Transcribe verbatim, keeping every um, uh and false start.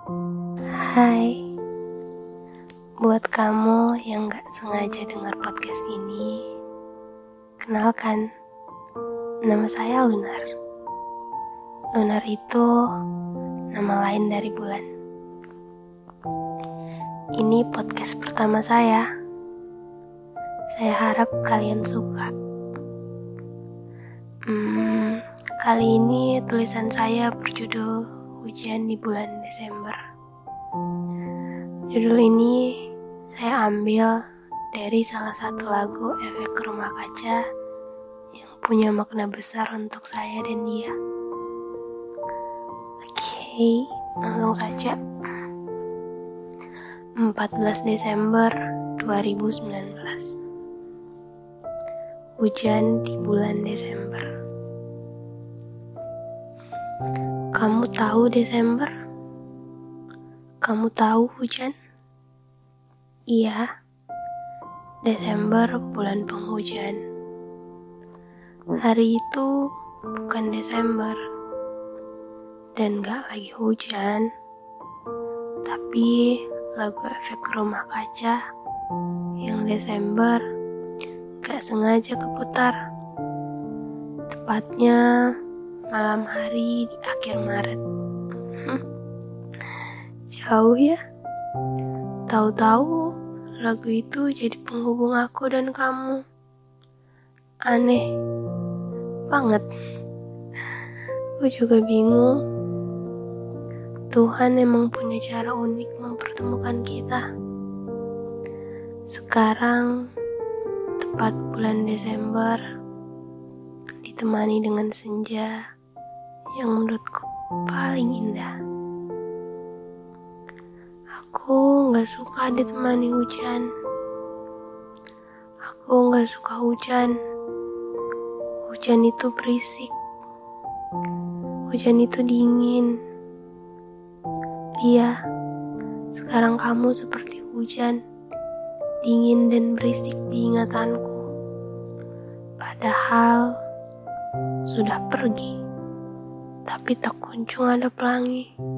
Hai, buat kamu yang gak sengaja dengar podcast ini, kenalkan, nama saya Lunar. Lunar itu nama lain dari bulan. Ini podcast pertama saya. Saya harap kalian suka. Hmm, kali ini tulisan saya berjudul Hujan di Bulan Desember. Judul ini saya ambil dari salah satu lagu Efek Rumah Kaca yang punya makna besar untuk saya dan dia. Oke, langsung saja. empat belas Desember dua ribu sembilan belas. Hujan di bulan Desember. Kamu tahu Desember? Kamu tahu hujan? Iya, Desember bulan penghujan. Hari itu bukan Desember dan gak lagi hujan, tapi lagu Efek Rumah Kaca yang Desember gak sengaja keputar, tepatnya malam hari di akhir Maret. Hmm, jauh ya. Tahu-tahu lagu itu jadi penghubung aku dan kamu. Aneh banget. Aku juga bingung. Tuhan emang punya cara unik mempertemukan kita. Sekarang tepat bulan Desember, ditemani dengan senja yang menurutku paling indah. Aku gak suka ditemani hujan. Aku gak suka hujan. Hujan itu berisik. Hujan itu dingin. Iya, sekarang kamu seperti hujan, dingin dan berisik di ingatanku. Padahal sudah pergi, tapi tak kunjung ada pelangi.